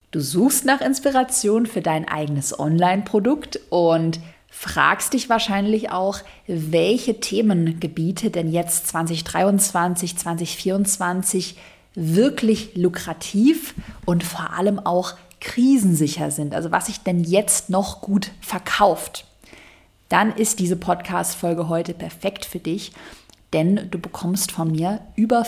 Du suchst nach Inspiration für dein eigenes Online-Produkt und fragst dich wahrscheinlich auch, welche Themengebiete denn jetzt 2023, 2024 wirklich lukrativ und vor allem auch krisensicher sind. Also was sich denn jetzt noch gut verkauft. Dann ist diese Podcast-Folge heute perfekt für dich, denn du bekommst von mir über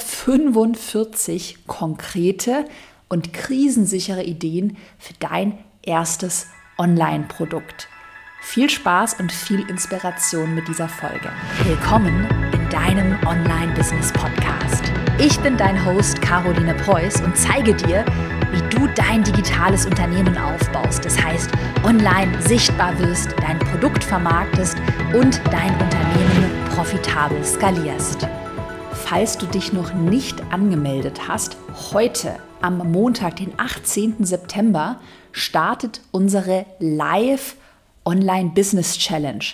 45 konkrete und krisensichere Ideen für dein erstes Online-Produkt. Viel Spaß und viel Inspiration mit dieser Folge. Willkommen in deinem Online-Business-Podcast. Ich bin dein Host Caroline Preuß und zeige dir, wie du dein digitales Unternehmen aufbaust. Das heißt, online sichtbar wirst, dein Produkt vermarktest und dein Unternehmen profitabel skalierst. Falls du dich noch nicht angemeldet hast, heute am Montag, den 18. September, startet unsere Live Online Business Challenge.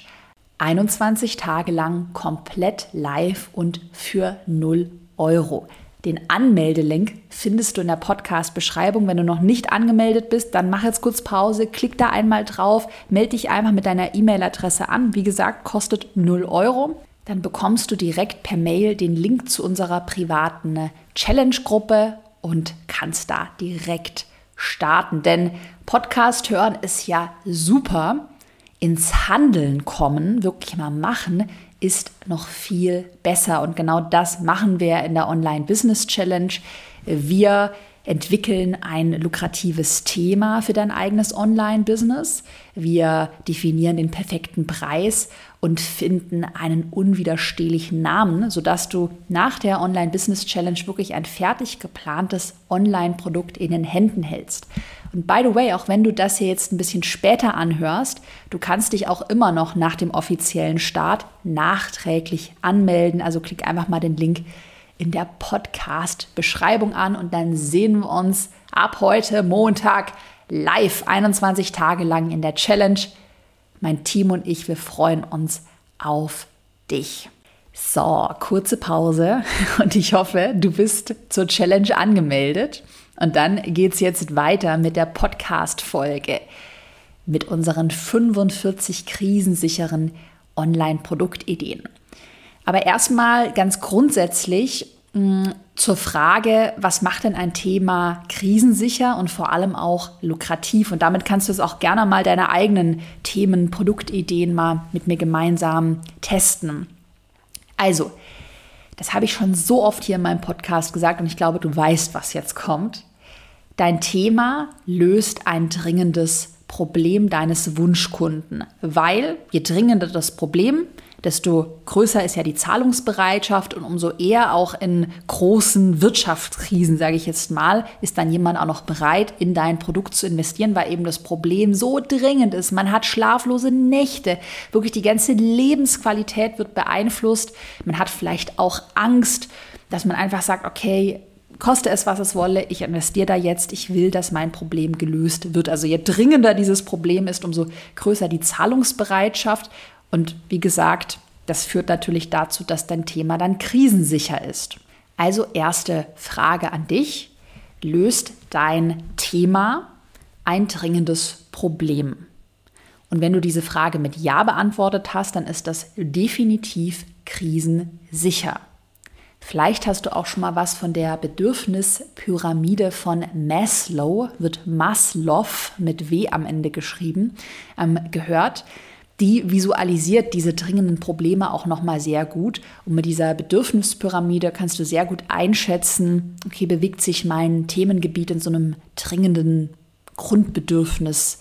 21 Tage lang komplett live und für 0 Euro. Den Anmeldelink findest du in der Podcast-Beschreibung. Wenn du noch nicht angemeldet bist, dann mach jetzt kurz Pause, klick da einmal drauf, melde dich einfach mit deiner E-Mail-Adresse an. Wie gesagt, kostet 0 Euro. Dann bekommst du direkt per Mail den Link zu unserer privaten Challenge-Gruppe und kannst da direkt starten. Denn Podcast hören ist ja super. Ins Handeln kommen, wirklich mal machen, ist noch viel besser. Und genau das machen wir in der Online-Business-Challenge. Wir entwickeln ein lukratives Thema für dein eigenes Online-Business. Wir definieren den perfekten Preis und finden einen unwiderstehlichen Namen, sodass du nach der Online-Business-Challenge wirklich ein fertig geplantes Online-Produkt in den Händen hältst. Und by the way, auch wenn du das hier jetzt ein bisschen später anhörst, du kannst dich auch immer noch nach dem offiziellen Start nachträglich anmelden. Also klick einfach mal den Link in der Podcast-Beschreibung an und dann sehen wir uns ab heute Montag live 21 Tage lang in der Challenge. Mein Team und ich, wir freuen uns auf dich. So, kurze Pause und ich hoffe, du bist zur Challenge angemeldet. Und dann geht es jetzt weiter mit der Podcast-Folge mit unseren 45 krisensicheren Online-Produktideen. Aber erstmal ganz grundsätzlich zur Frage, was macht denn ein Thema krisensicher und vor allem auch lukrativ? Und damit kannst du es auch gerne mal deine eigenen Themen, Produktideen mal mit mir gemeinsam testen. Also, das habe ich schon so oft hier in meinem Podcast gesagt und ich glaube, du weißt, was jetzt kommt. Dein Thema löst ein dringendes Problem deines Wunschkunden, weil je dringender das Problem, desto größer ist ja die Zahlungsbereitschaft und umso eher auch in großen Wirtschaftskrisen, sage ich jetzt mal, ist dann jemand auch noch bereit, in dein Produkt zu investieren, weil eben das Problem so dringend ist. Man hat schlaflose Nächte, wirklich die ganze Lebensqualität wird beeinflusst. Man hat vielleicht auch Angst, dass man einfach sagt, okay, koste es, was es wolle, ich investiere da jetzt, ich will, dass mein Problem gelöst wird. Also je dringender dieses Problem ist, umso größer die Zahlungsbereitschaft. Und wie gesagt, das führt natürlich dazu, dass dein Thema dann krisensicher ist. Also erste Frage an dich. Löst dein Thema ein dringendes Problem? Und wenn du diese Frage mit Ja beantwortet hast, dann ist das definitiv krisensicher. Vielleicht hast du auch schon mal was von der Bedürfnispyramide von Maslow, wird Maslow mit W am Ende geschrieben, gehört. Die visualisiert diese dringenden Probleme auch nochmal sehr gut. Und mit dieser Bedürfnispyramide kannst du sehr gut einschätzen, okay, bewegt sich mein Themengebiet in so einem dringenden Grundbedürfnisbereich.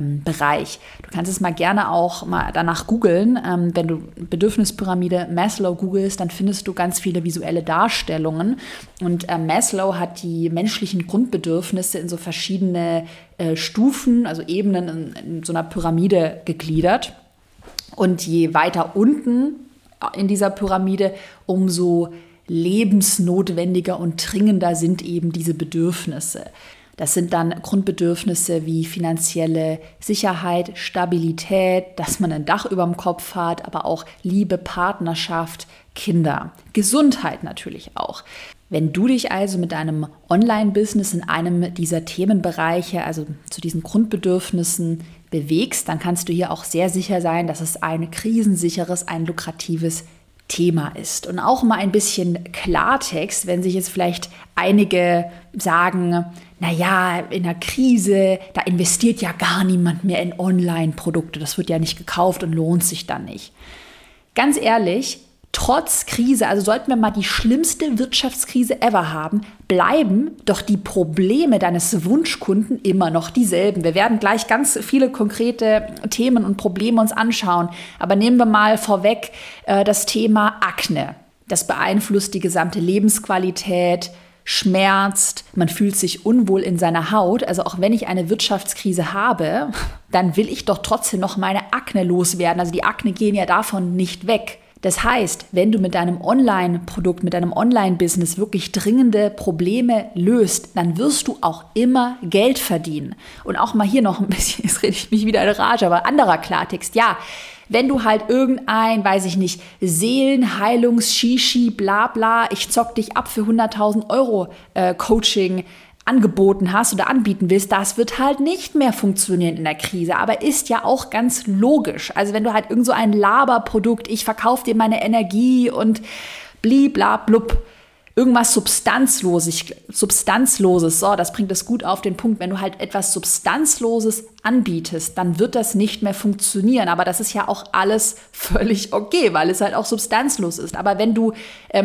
Du kannst es mal gerne auch mal danach googeln. Wenn du Bedürfnispyramide Maslow googelst, dann findest du ganz viele visuelle Darstellungen. Und Maslow hat die menschlichen Grundbedürfnisse in so verschiedene Stufen, also Ebenen in so einer Pyramide gegliedert. Und je weiter unten in dieser Pyramide, umso lebensnotwendiger und dringender sind eben diese Bedürfnisse. Das sind dann Grundbedürfnisse wie finanzielle Sicherheit, Stabilität, dass man ein Dach über dem Kopf hat, aber auch Liebe, Partnerschaft, Kinder, Gesundheit natürlich auch. Wenn du dich also mit deinem Online-Business in einem dieser Themenbereiche, also zu diesen Grundbedürfnissen bewegst, dann kannst du hier auch sehr sicher sein, dass es ein krisensicheres, ein lukratives Thema ist. Und auch mal ein bisschen Klartext, wenn sich jetzt vielleicht einige sagen, naja, in der Krise, da investiert ja gar niemand mehr in Online-Produkte, das wird ja nicht gekauft und lohnt sich dann nicht. Ganz ehrlich, trotz Krise, also sollten wir mal die schlimmste Wirtschaftskrise ever haben, bleiben doch die Probleme deines Wunschkunden immer noch dieselben. Wir werden gleich ganz viele konkrete Themen und Probleme uns anschauen. Aber nehmen wir mal vorweg das Thema Akne. Das beeinflusst die gesamte Lebensqualität, schmerzt, man fühlt sich unwohl in seiner Haut. Also auch wenn ich eine Wirtschaftskrise habe, dann will ich doch trotzdem noch meine Akne loswerden. Also die Akne gehen ja davon nicht weg. Das heißt, wenn du mit deinem Online-Produkt, mit deinem Online-Business wirklich dringende Probleme löst, dann wirst du auch immer Geld verdienen. Und auch mal hier noch ein bisschen, jetzt rede ich mich wieder in Rage, aber anderer Klartext, ja. Wenn du halt irgendein, weiß ich nicht, Seelenheilungs-Shishi, bla bla, ich zock dich ab für 100.000 Euro Coaching angeboten hast oder anbieten willst, das wird halt nicht mehr funktionieren in der Krise. Aber ist ja auch ganz logisch. Also wenn du halt irgend so ein Laberprodukt, ich verkaufe dir meine Energie und blibla blub, irgendwas Substanzloses, so, das bringt es gut auf den Punkt. Wenn du halt etwas Substanzloses anbietest, dann wird das nicht mehr funktionieren. Aber das ist ja auch alles völlig okay, weil es halt auch substanzlos ist. Aber wenn du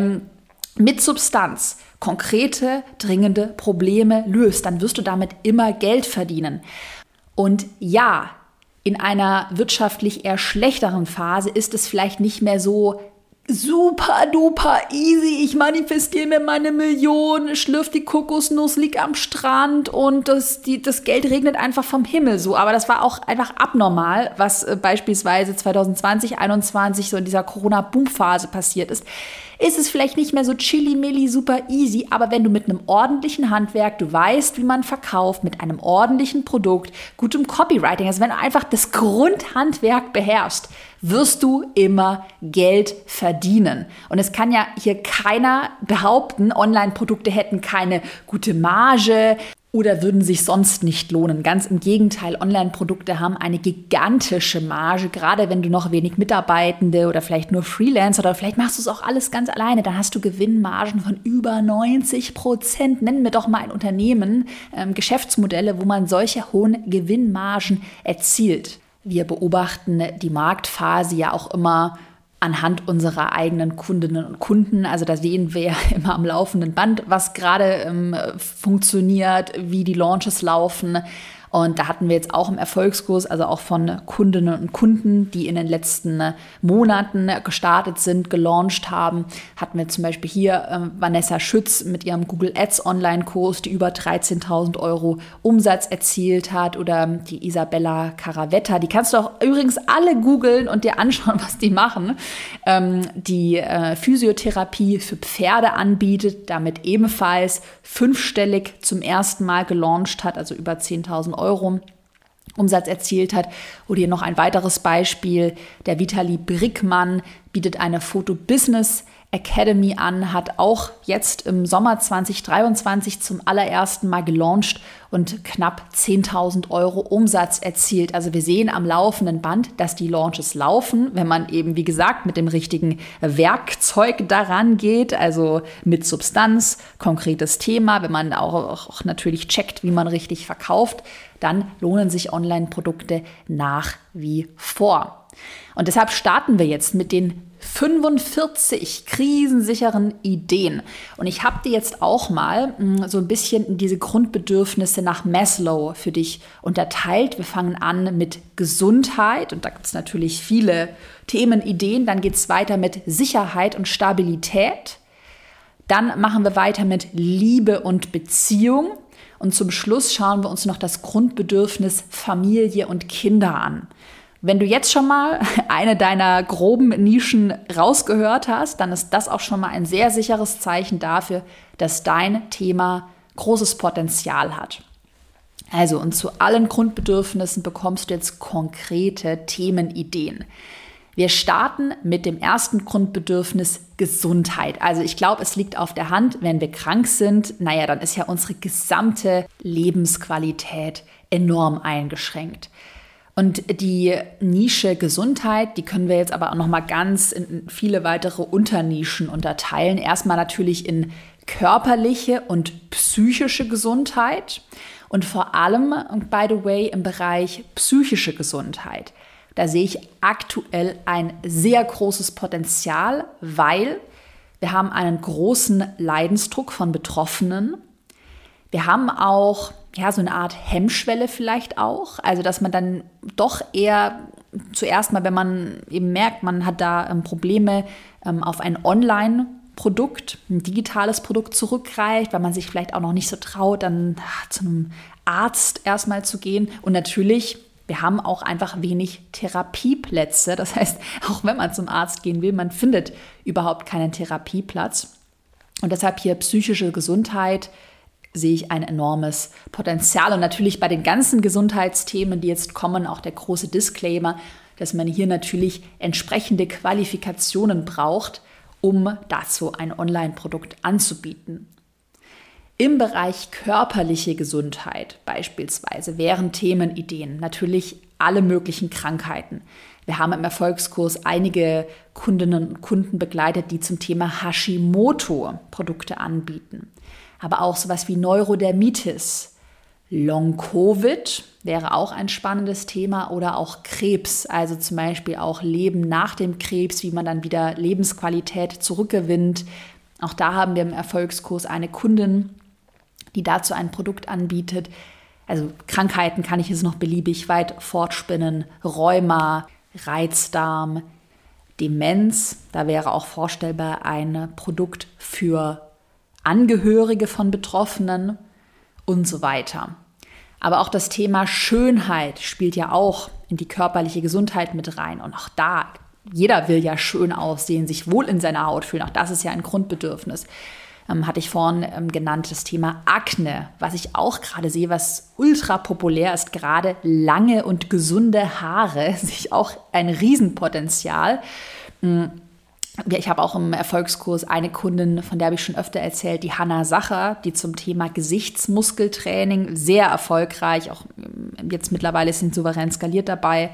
mit Substanz konkrete, dringende Probleme löst, dann wirst du damit immer Geld verdienen. Und ja, in einer wirtschaftlich eher schlechteren Phase ist es vielleicht nicht mehr so super duper easy, ich manifestiere mir meine Million, schlürf die Kokosnuss, lieg am Strand und das Geld regnet einfach vom Himmel so. Aber das war auch einfach abnormal, was beispielsweise 2020, 2021 so in dieser Corona-Boom-Phase passiert ist. Ist es vielleicht nicht mehr so chilly-milly, super easy, aber wenn du mit einem ordentlichen Handwerk, du weißt, wie man verkauft, mit einem ordentlichen Produkt, gutem Copywriting, also wenn du einfach das Grundhandwerk beherrschst, wirst du immer Geld verdienen. Und es kann ja hier keiner behaupten, Online-Produkte hätten keine gute Marge oder würden sich sonst nicht lohnen. Ganz im Gegenteil, Online-Produkte haben eine gigantische Marge, gerade wenn du noch wenig Mitarbeitende oder vielleicht nur Freelancer oder vielleicht machst du es auch alles ganz alleine, dann hast du Gewinnmargen von über 90%. Nennen wir doch mal ein Unternehmen, Geschäftsmodelle, wo man solche hohen Gewinnmargen erzielt. Wir beobachten die Marktphase ja auch immer anhand unserer eigenen Kundinnen und Kunden. Also da sehen wir ja immer am laufenden Band, was gerade funktioniert, wie die Launches laufen. Und da hatten wir jetzt auch im Erfolgskurs, also auch von Kundinnen und Kunden, die in den letzten Monaten gestartet sind, gelauncht haben, hatten wir zum Beispiel hier Vanessa Schütz mit ihrem Google Ads Online-Kurs, die über 13.000 Euro Umsatz erzielt hat, oder die Isabella Caravetta, die kannst du auch übrigens alle googeln und dir anschauen, was die machen, die Physiotherapie für Pferde anbietet, damit ebenfalls 5-stellig zum ersten Mal gelauncht hat, also über 10.000 Euro Umsatz erzielt hat. Oder hier noch ein weiteres Beispiel, der Vitali Brickmann bietet eine Foto-Business Academy an, hat auch jetzt im Sommer 2023 zum allerersten Mal gelauncht und knapp 10.000 Euro Umsatz erzielt. Also wir sehen am laufenden Band, dass die Launches laufen, wenn man eben, wie gesagt, mit dem richtigen Werkzeug daran geht, also mit Substanz, konkretes Thema, wenn man auch natürlich checkt, wie man richtig verkauft, dann lohnen sich Online-Produkte nach wie vor. Und deshalb starten wir jetzt mit den 45 krisensicheren Ideen. Und ich habe dir jetzt auch mal so ein bisschen in diese Grundbedürfnisse nach Maslow für dich unterteilt. Wir fangen an mit Gesundheit und da gibt es natürlich viele Themenideen. Dann geht es weiter mit Sicherheit und Stabilität. Dann machen wir weiter mit Liebe und Beziehung. Und zum Schluss schauen wir uns noch das Grundbedürfnis Familie und Kinder an. Wenn du jetzt schon mal eine deiner groben Nischen rausgehört hast, dann ist das auch schon mal ein sehr sicheres Zeichen dafür, dass dein Thema großes Potenzial hat. Also, und zu allen Grundbedürfnissen bekommst du jetzt konkrete Themenideen. Wir starten mit dem ersten Grundbedürfnis Gesundheit. Also ich glaube, es liegt auf der Hand, wenn wir krank sind, dann ist ja unsere gesamte Lebensqualität enorm eingeschränkt. Und die Nische Gesundheit, die können wir jetzt aber auch nochmal ganz in viele weitere Unternischen unterteilen. Erstmal natürlich in körperliche und psychische Gesundheit und vor allem, by the way, im Bereich psychische Gesundheit. Da sehe ich aktuell ein sehr großes Potenzial, weil wir haben einen großen Leidensdruck von Betroffenen. Wir haben auch so eine Art Hemmschwelle vielleicht auch, also dass man dann doch eher zuerst mal, wenn man eben merkt, man hat da Probleme, auf ein Online-Produkt, ein digitales Produkt zurückgreift, weil man sich vielleicht auch noch nicht so traut, dann zu einem Arzt erstmal zu gehen. Und natürlich, wir haben auch einfach wenig Therapieplätze. Das heißt, auch wenn man zum Arzt gehen will, man findet überhaupt keinen Therapieplatz. Und deshalb hier psychische Gesundheit sehe ich ein enormes Potenzial. Und natürlich bei den ganzen Gesundheitsthemen, die jetzt kommen, auch der große Disclaimer, dass man hier natürlich entsprechende Qualifikationen braucht, um dazu ein Online-Produkt anzubieten. Im Bereich körperliche Gesundheit beispielsweise wären Themenideen natürlich alle möglichen Krankheiten. Wir haben im Erfolgskurs einige Kundinnen und Kunden begleitet, die zum Thema Hashimoto Produkte anbieten. Aber auch sowas wie Neurodermitis, Long-Covid wäre auch ein spannendes Thema oder auch Krebs, also zum Beispiel auch Leben nach dem Krebs, wie man dann wieder Lebensqualität zurückgewinnt. Auch da haben wir im Erfolgskurs eine Kundin, die dazu ein Produkt anbietet. Also Krankheiten kann ich jetzt noch beliebig weit fortspinnen. Rheuma, Reizdarm, Demenz. Da wäre auch vorstellbar ein Produkt für Angehörige von Betroffenen und so weiter. Aber auch das Thema Schönheit spielt ja auch in die körperliche Gesundheit mit rein. Und auch da, jeder will ja schön aussehen, sich wohl in seiner Haut fühlen. Auch das ist ja ein Grundbedürfnis. Hatte ich vorhin genannt, das Thema Akne, was ich auch gerade sehe, was ultra populär ist, gerade lange und gesunde Haare, sehe ich auch ein Riesenpotenzial. Ich habe auch im Erfolgskurs eine Kundin, von der habe ich schon öfter erzählt, die Hanna Sacher, die zum Thema Gesichtsmuskeltraining sehr erfolgreich, auch jetzt mittlerweile sind souverän skaliert dabei,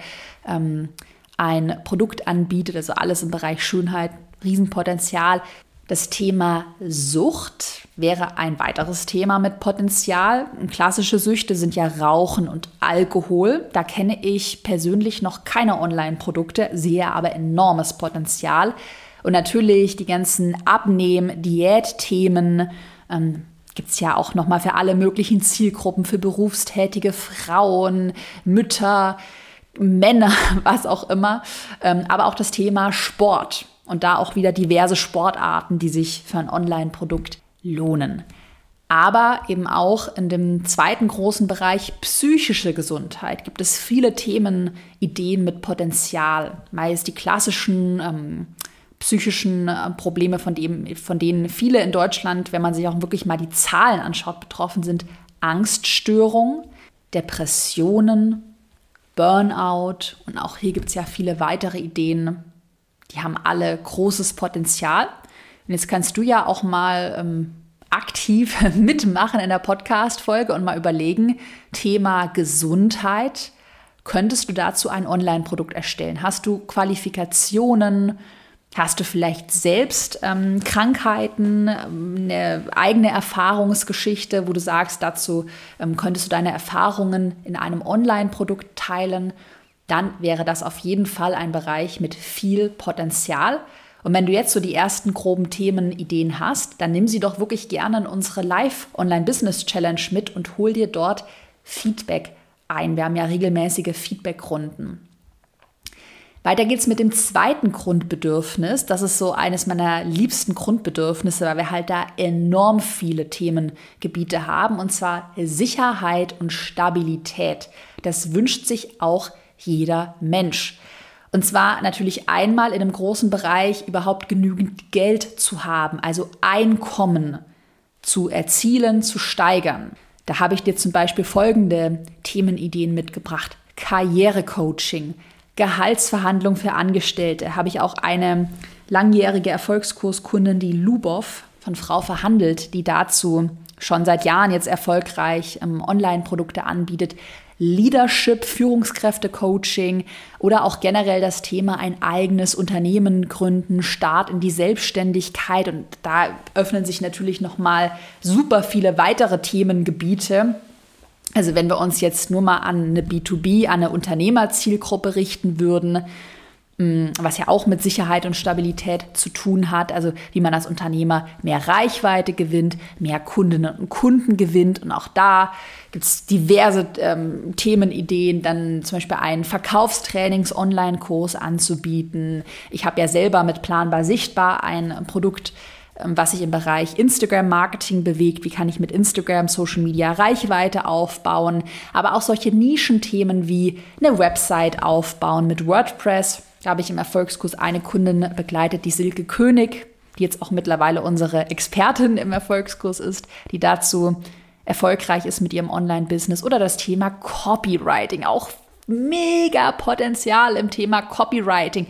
ein Produkt anbietet, also alles im Bereich Schönheit, Riesenpotenzial. Das Thema Sucht wäre ein weiteres Thema mit Potenzial. Klassische Süchte sind ja Rauchen und Alkohol. Da kenne ich persönlich noch keine Online-Produkte, sehe aber enormes Potenzial. Und natürlich die ganzen Abnehmen-Diät-Themen gibt es ja auch nochmal für alle möglichen Zielgruppen, für berufstätige Frauen, Mütter, Männer, was auch immer. Aber auch das Thema Sport. Und da auch wieder diverse Sportarten, die sich für ein Online-Produkt lohnen. Aber eben auch in dem zweiten großen Bereich psychische Gesundheit gibt es viele Themen, Ideen mit Potenzial. Meist die klassischen psychischen Probleme, von denen viele in Deutschland, wenn man sich auch wirklich mal die Zahlen anschaut, betroffen sind. Angststörungen, Depressionen, Burnout und auch hier gibt es ja viele weitere Ideen. Die haben alle großes Potenzial. Und jetzt kannst du ja auch mal aktiv mitmachen in der Podcast-Folge und mal überlegen, Thema Gesundheit. Könntest du dazu ein Online-Produkt erstellen? Hast du Qualifikationen? Hast du vielleicht selbst Krankheiten, eine eigene Erfahrungsgeschichte, wo du sagst, dazu könntest du deine Erfahrungen in einem Online-Produkt teilen? Dann wäre das auf jeden Fall ein Bereich mit viel Potenzial. Und wenn du jetzt so die ersten groben Themen, Ideen hast, dann nimm sie doch wirklich gerne in unsere Live-Online-Business-Challenge mit und hol dir dort Feedback ein. Wir haben ja regelmäßige Feedback-Runden. Weiter geht's mit dem zweiten Grundbedürfnis. Das ist so eines meiner liebsten Grundbedürfnisse, weil wir halt da enorm viele Themengebiete haben, und zwar Sicherheit und Stabilität. Das wünscht sich auch jeder Mensch. Und zwar natürlich einmal in einem großen Bereich überhaupt genügend Geld zu haben, also Einkommen zu erzielen, zu steigern. Da habe ich dir zum Beispiel folgende Themenideen mitgebracht. Karrierecoaching, Gehaltsverhandlung für Angestellte. Habe ich auch eine langjährige Erfolgskurskundin, die Lubov von Frau verhandelt, die dazu schon seit Jahren jetzt erfolgreich Online-Produkte anbietet. Leadership, Führungskräfte-Coaching oder auch generell das Thema ein eigenes Unternehmen gründen, Start in die Selbstständigkeit. Und da öffnen sich natürlich nochmal super viele weitere Themengebiete. Also wenn wir uns jetzt nur mal an eine B2B, an eine Unternehmerzielgruppe richten würden, was ja auch mit Sicherheit und Stabilität zu tun hat, also wie man als Unternehmer mehr Reichweite gewinnt, mehr Kundinnen und Kunden gewinnt. Und auch da gibt es diverse Themenideen, dann zum Beispiel einen Verkaufstrainings-Online-Kurs anzubieten. Ich habe ja selber mit Planbar Sichtbar ein Produkt, was sich im Bereich Instagram-Marketing bewegt. Wie kann ich mit Instagram, Social Media Reichweite aufbauen? Aber auch solche Nischenthemen wie eine Website aufbauen mit WordPress. Da habe ich im Erfolgskurs eine Kundin begleitet, die Silke König, die jetzt auch mittlerweile unsere Expertin im Erfolgskurs ist, die dazu erfolgreich ist mit ihrem Online-Business. Oder das Thema Copywriting, auch mega Potenzial im Thema Copywriting.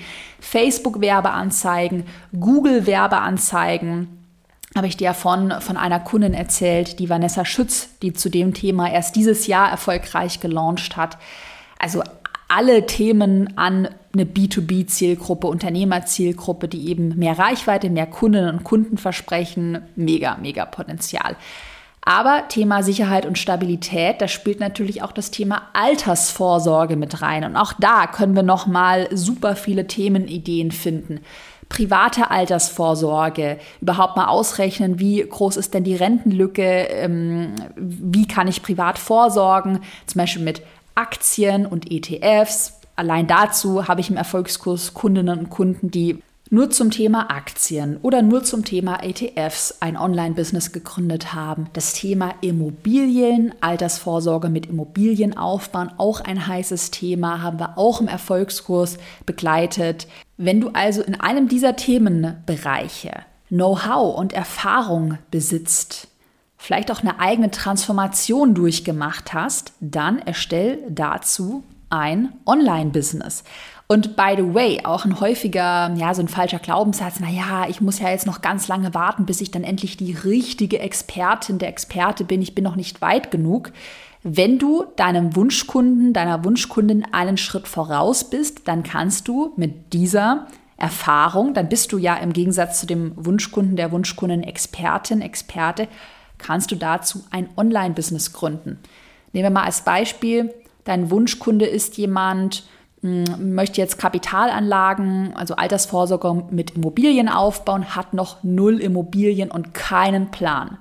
Facebook-Werbeanzeigen, Google-Werbeanzeigen. Habe ich dir ja von einer Kundin erzählt, die Vanessa Schütz, die zu dem Thema erst dieses Jahr erfolgreich gelauncht hat. Also alle Themen an eine B2B-Zielgruppe, Unternehmerzielgruppe, die eben mehr Reichweite, mehr Kundinnen und Kunden versprechen. Mega, mega Potenzial. Aber Thema Sicherheit und Stabilität, da spielt natürlich auch das Thema Altersvorsorge mit rein. Und auch da können wir nochmal super viele Themenideen finden. Private Altersvorsorge, überhaupt mal ausrechnen, wie groß ist denn die Rentenlücke, wie kann ich privat vorsorgen, zum Beispiel mit Aktien und ETFs. Allein dazu habe ich im Erfolgskurs Kundinnen und Kunden, die nur zum Thema Aktien oder nur zum Thema ETFs ein Online-Business gegründet haben. Das Thema Immobilien, Altersvorsorge mit Immobilien aufbauen, auch ein heißes Thema, haben wir auch im Erfolgskurs begleitet. Wenn du also in einem dieser Themenbereiche Know-how und Erfahrung besitzt, vielleicht auch eine eigene Transformation durchgemacht hast, dann erstell dazu ein Online-Business. Und by the way, auch ein häufiger, so ein falscher Glaubenssatz, ich muss ja jetzt noch ganz lange warten, bis ich dann endlich die richtige Expertin, der Experte bin, ich bin noch nicht weit genug. Wenn du deinem Wunschkunden, deiner Wunschkundin einen Schritt voraus bist, dann kannst du mit dieser Erfahrung, dann bist du ja im Gegensatz zu dem Wunschkunden, der Wunschkundin Expertin, Experte, kannst du dazu ein Online-Business gründen. Nehmen wir mal als Beispiel, dein Wunschkunde ist jemand, möchte jetzt Kapitalanlagen, also Altersvorsorge mit Immobilien aufbauen, hat noch 0 Immobilien und keinen Plan.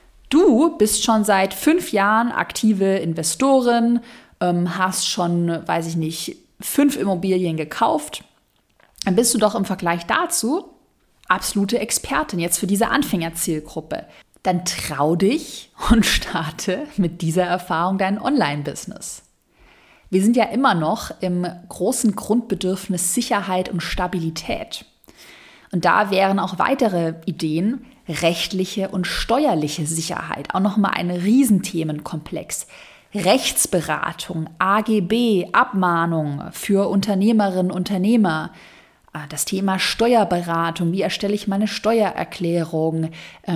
Du bist schon seit 5 Jahren aktive Investorin, hast schon, 5 Immobilien gekauft. Dann bist du doch im Vergleich dazu absolute Expertin jetzt für diese Anfängerzielgruppe. Dann trau dich und starte mit dieser Erfahrung dein Online-Business. Wir sind ja immer noch im großen Grundbedürfnis Sicherheit und Stabilität. Und da wären auch weitere Ideen, rechtliche und steuerliche Sicherheit, auch nochmal ein Riesenthemenkomplex. Rechtsberatung, AGB, Abmahnung für Unternehmerinnen und Unternehmer. Das Thema Steuerberatung, wie erstelle ich meine Steuererklärung,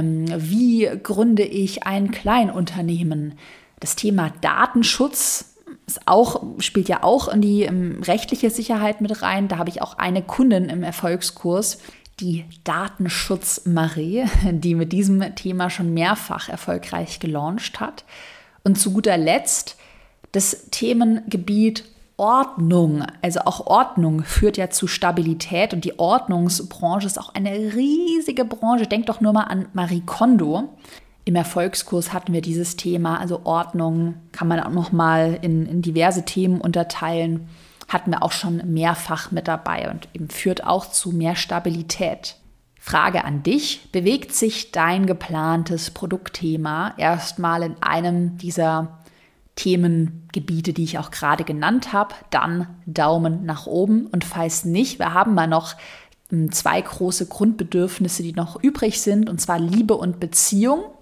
wie gründe ich ein Kleinunternehmen. Das Thema Datenschutz spielt ja auch in die rechtliche Sicherheit mit rein. Da habe ich auch eine Kundin im Erfolgskurs, die Datenschutz-Marie, die mit diesem Thema schon mehrfach erfolgreich gelauncht hat. Und zu guter Letzt das Themengebiet Ordnung. Also auch Ordnung führt ja zu Stabilität und die Ordnungsbranche ist auch eine riesige Branche. Denk doch nur mal an Marie Kondo. Im Erfolgskurs hatten wir dieses Thema, also Ordnung kann man auch noch mal in diverse Themen unterteilen, hatten wir auch schon mehrfach mit dabei und eben führt auch zu mehr Stabilität. Frage an dich, bewegt sich dein geplantes Produktthema erstmal in einem dieser Themengebiete, die ich auch gerade genannt habe, dann Daumen nach oben und falls nicht, wir haben mal noch 2 große Grundbedürfnisse, die noch übrig sind, und zwar Liebe und Beziehung.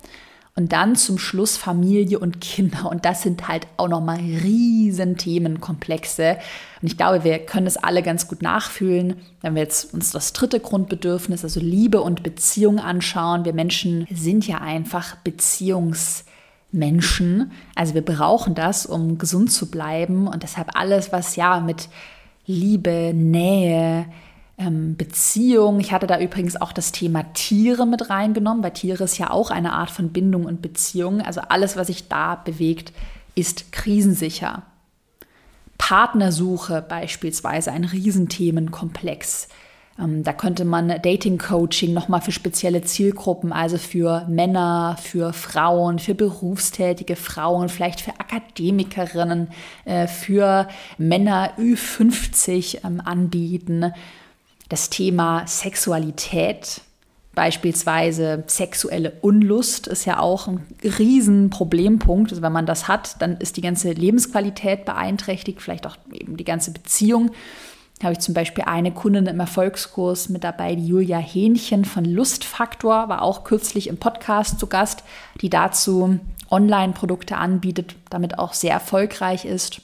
Und dann zum Schluss Familie und Kinder. Und das sind halt auch nochmal riesen Themenkomplexe. Und ich glaube, wir können es alle ganz gut nachfühlen, wenn wir jetzt uns das dritte Grundbedürfnis, also Liebe und Beziehung anschauen. Wir Menschen sind ja einfach Beziehungsmenschen. Also wir brauchen das, um gesund zu bleiben. Und deshalb alles, was ja mit Liebe, Nähe, Beziehung. Ich hatte da übrigens auch das Thema Tiere mit reingenommen, weil Tiere ist ja auch eine Art von Bindung und Beziehung. Also alles, was sich da bewegt, ist krisensicher. Partnersuche beispielsweise, ein Riesenthemenkomplex. Da könnte man Dating-Coaching nochmal für spezielle Zielgruppen, also für Männer, für Frauen, für berufstätige Frauen, vielleicht für Akademikerinnen, für Männer Ü50 anbieten. Das Thema Sexualität, beispielsweise sexuelle Unlust, ist ja auch ein riesen Problempunkt. Also wenn man das hat, dann ist die ganze Lebensqualität beeinträchtigt, vielleicht auch eben die ganze Beziehung. Da habe ich zum Beispiel eine Kundin im Erfolgskurs mit dabei, die Julia Hähnchen von Lustfaktor, war auch kürzlich im Podcast zu Gast, die dazu Online-Produkte anbietet, damit auch sehr erfolgreich ist.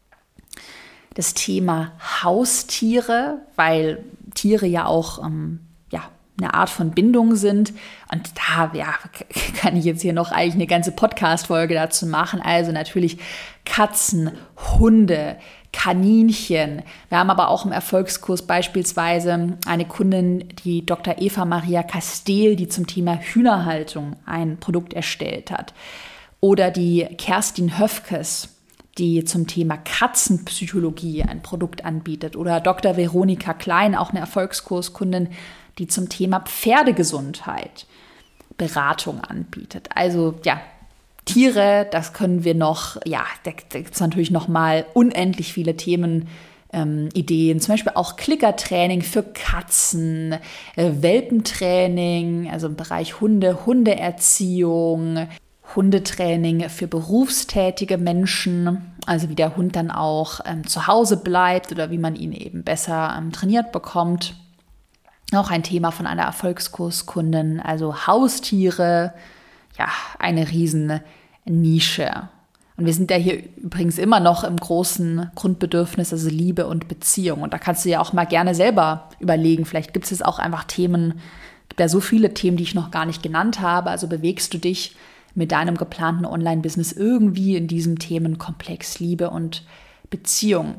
Das Thema Haustiere, weil Tiere ja auch eine Art von Bindung sind. Und da kann ich jetzt hier noch eigentlich eine ganze Podcast-Folge dazu machen. Also natürlich Katzen, Hunde, Kaninchen. Wir haben aber auch im Erfolgskurs beispielsweise eine Kundin, die Dr. Eva Maria Kastel, die zum Thema Hühnerhaltung ein Produkt erstellt hat. Oder die Kerstin Höfkes, die zum Thema Katzenpsychologie ein Produkt anbietet. Oder Dr. Veronika Klein, auch eine Erfolgskurskundin, die zum Thema Pferdegesundheit Beratung anbietet. Also ja, Tiere, das können wir noch, da gibt es natürlich noch mal unendlich viele Themen, Ideen, zum Beispiel auch Klickertraining für Katzen, Welpentraining, also im Bereich Hundeerziehung, Hundetraining für berufstätige Menschen, also wie der Hund dann auch zu Hause bleibt oder wie man ihn eben besser trainiert bekommt. Auch ein Thema von einer Erfolgskurskundin, also Haustiere, ja, eine riesen Nische. Und wir sind ja hier übrigens immer noch im großen Grundbedürfnis, also Liebe und Beziehung. Und da kannst du ja auch mal gerne selber überlegen, vielleicht gibt es jetzt auch einfach Themen, es gibt ja so viele Themen, die ich noch gar nicht genannt habe, also bewegst du dich mit deinem geplanten Online-Business irgendwie in diesem Themenkomplex Liebe und Beziehung.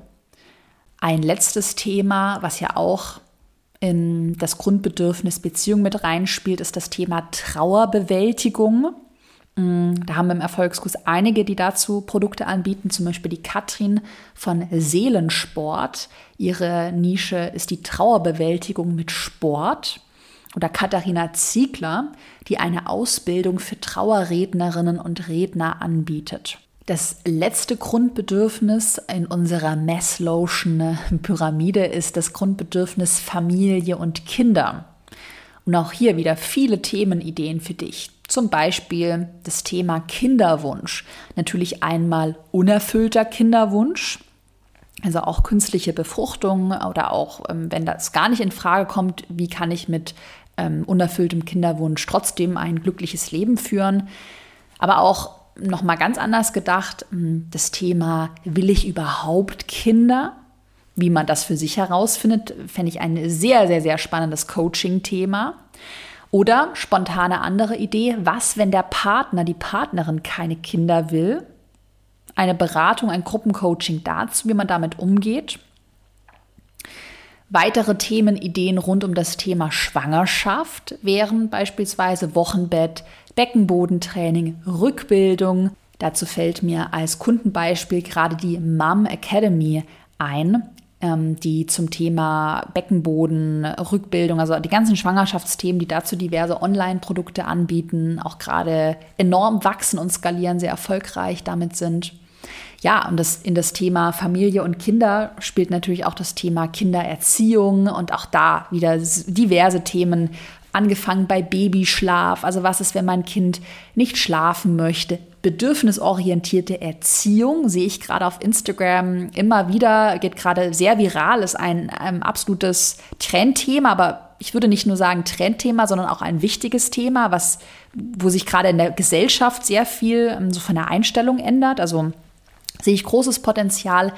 Ein letztes Thema, was ja auch in das Grundbedürfnis Beziehung mit reinspielt, ist das Thema Trauerbewältigung. Da haben wir im Erfolgskurs einige, die dazu Produkte anbieten, zum Beispiel die Katrin von Seelensport. Ihre Nische ist die Trauerbewältigung mit Sport. Oder Katharina Ziegler, die eine Ausbildung für Trauerrednerinnen und Redner anbietet. Das letzte Grundbedürfnis in unserer Maslow'schen Pyramide ist das Grundbedürfnis Familie und Kinder. Und auch hier wieder viele Themenideen für dich. Zum Beispiel das Thema Kinderwunsch. Natürlich einmal unerfüllter Kinderwunsch, also auch künstliche Befruchtung oder auch, wenn das gar nicht in Frage kommt, wie kann ich mit unerfülltem Kinderwunsch trotzdem ein glückliches Leben führen. Aber auch nochmal ganz anders gedacht, das Thema, will ich überhaupt Kinder? Wie man das für sich herausfindet, fände ich ein sehr, sehr, sehr spannendes Coaching-Thema. Oder spontane andere Idee, was, wenn der Partner, die Partnerin keine Kinder will? Eine Beratung, ein Gruppencoaching dazu, wie man damit umgeht. Weitere Themenideen rund um das Thema Schwangerschaft wären beispielsweise Wochenbett, Beckenbodentraining, Rückbildung. Dazu fällt mir als Kundenbeispiel gerade die Mom Academy ein, die zum Thema Beckenboden, Rückbildung, also die ganzen Schwangerschaftsthemen, die dazu diverse Online-Produkte anbieten, auch gerade enorm wachsen und skalieren, sehr erfolgreich damit sind. Ja, und in das Thema Familie und Kinder spielt natürlich auch das Thema Kindererziehung und auch da wieder diverse Themen, angefangen bei Babyschlaf, also was ist, wenn mein Kind nicht schlafen möchte. Bedürfnisorientierte Erziehung sehe ich gerade auf Instagram immer wieder, geht gerade sehr viral, ist ein absolutes Trendthema, aber ich würde nicht nur sagen Trendthema, sondern auch ein wichtiges Thema, wo sich gerade in der Gesellschaft sehr viel so von der Einstellung ändert. Also sehe ich großes Potenzial.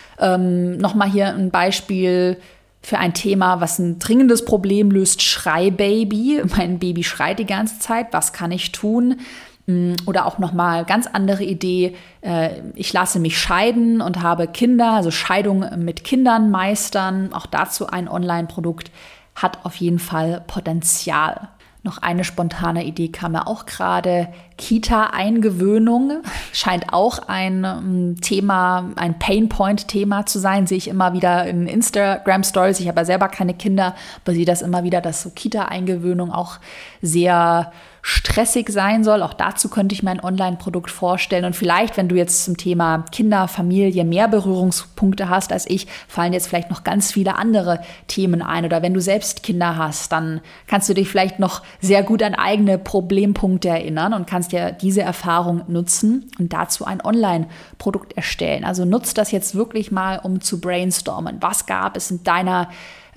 Nochmal hier ein Beispiel für ein Thema, was ein dringendes Problem löst: Schreibaby. Mein Baby schreit die ganze Zeit. Was kann ich tun? Oder auch nochmal ganz andere Idee. Ich lasse mich scheiden und habe Kinder, also Scheidung mit Kindern meistern. Auch dazu ein Online-Produkt, hat auf jeden Fall Potenzial. Noch eine spontane Idee kam mir auch gerade. Kita-Eingewöhnung scheint auch ein Thema, ein Painpoint-Thema zu sein. Sehe ich immer wieder in Instagram-Stories. Ich habe ja selber keine Kinder, aber sehe das immer wieder, dass so Kita-Eingewöhnung auch sehr stressig sein soll. Auch dazu könnte ich mir ein Online-Produkt vorstellen. Und vielleicht, wenn du jetzt zum Thema Kinder, Familie mehr Berührungspunkte hast als ich, fallen jetzt vielleicht noch ganz viele andere Themen ein. Oder wenn du selbst Kinder hast, dann kannst du dich vielleicht noch sehr gut an eigene Problempunkte erinnern und kannst ja diese Erfahrung nutzen und dazu ein Online-Produkt erstellen. Also nutzt das jetzt wirklich mal, um zu brainstormen. Was gab es mit deiner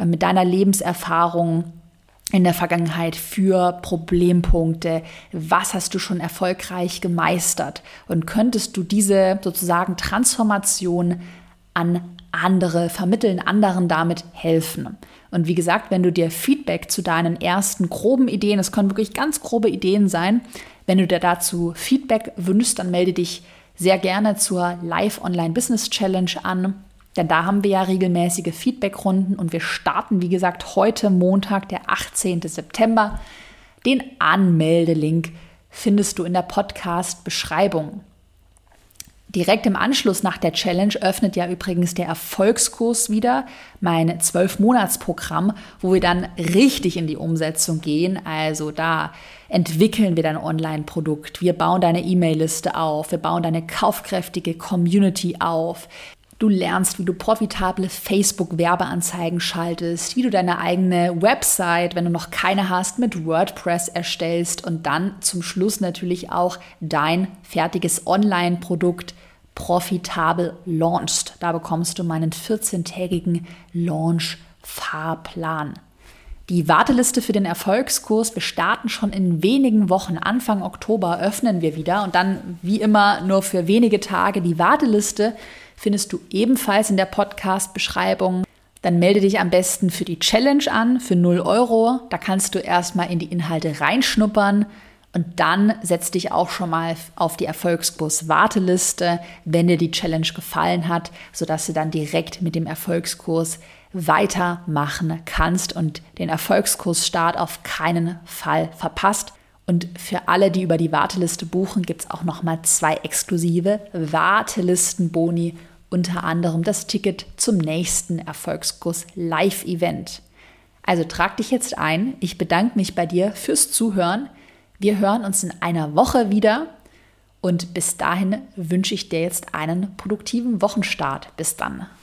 Lebenserfahrung in der Vergangenheit für Problempunkte? Was hast du schon erfolgreich gemeistert? Und könntest du diese sozusagen Transformation an andere vermitteln, anderen damit helfen? Und wie gesagt, wenn du dir Feedback zu deinen ersten groben Ideen, es können wirklich ganz grobe Ideen sein, wenn du dir dazu Feedback wünschst, dann melde dich sehr gerne zur Live Online Business Challenge an. Denn da haben wir ja regelmäßige Feedbackrunden und wir starten, wie gesagt, heute Montag, der 18. September. Den Anmeldelink findest du in der Podcast-Beschreibung. Direkt im Anschluss nach der Challenge öffnet ja übrigens der Erfolgskurs wieder, mein 12-Monats-Programm, wo wir dann richtig in die Umsetzung gehen. Also da entwickeln wir dein Online-Produkt, wir bauen deine E-Mail-Liste auf, wir bauen deine kaufkräftige Community auf. Du lernst, wie du profitable Facebook-Werbeanzeigen schaltest, wie du deine eigene Website, wenn du noch keine hast, mit WordPress erstellst und dann zum Schluss natürlich auch dein fertiges Online-Produkt profitabel launchst. Da bekommst du meinen 14-tägigen Launch-Fahrplan. Die Warteliste für den Erfolgskurs, wir starten schon in wenigen Wochen, Anfang Oktober öffnen wir wieder und dann wie immer nur für wenige Tage. Die Warteliste findest du ebenfalls in der Podcast-Beschreibung. Dann melde dich am besten für die Challenge an, für 0 Euro. Da kannst du erstmal in die Inhalte reinschnuppern und dann setz dich auch schon mal auf die Erfolgskurs-Warteliste, wenn dir die Challenge gefallen hat, sodass du dann direkt mit dem Erfolgskurs weitermachen kannst und den Erfolgskursstart auf keinen Fall verpasst. Und für alle, die über die Warteliste buchen, gibt es auch nochmal 2 exklusive Wartelistenboni, unter anderem das Ticket zum nächsten Erfolgskurs Live-Event. Also trag dich jetzt ein. Ich bedanke mich bei dir fürs Zuhören. Wir hören uns in einer Woche wieder und bis dahin wünsche ich dir jetzt einen produktiven Wochenstart. Bis dann.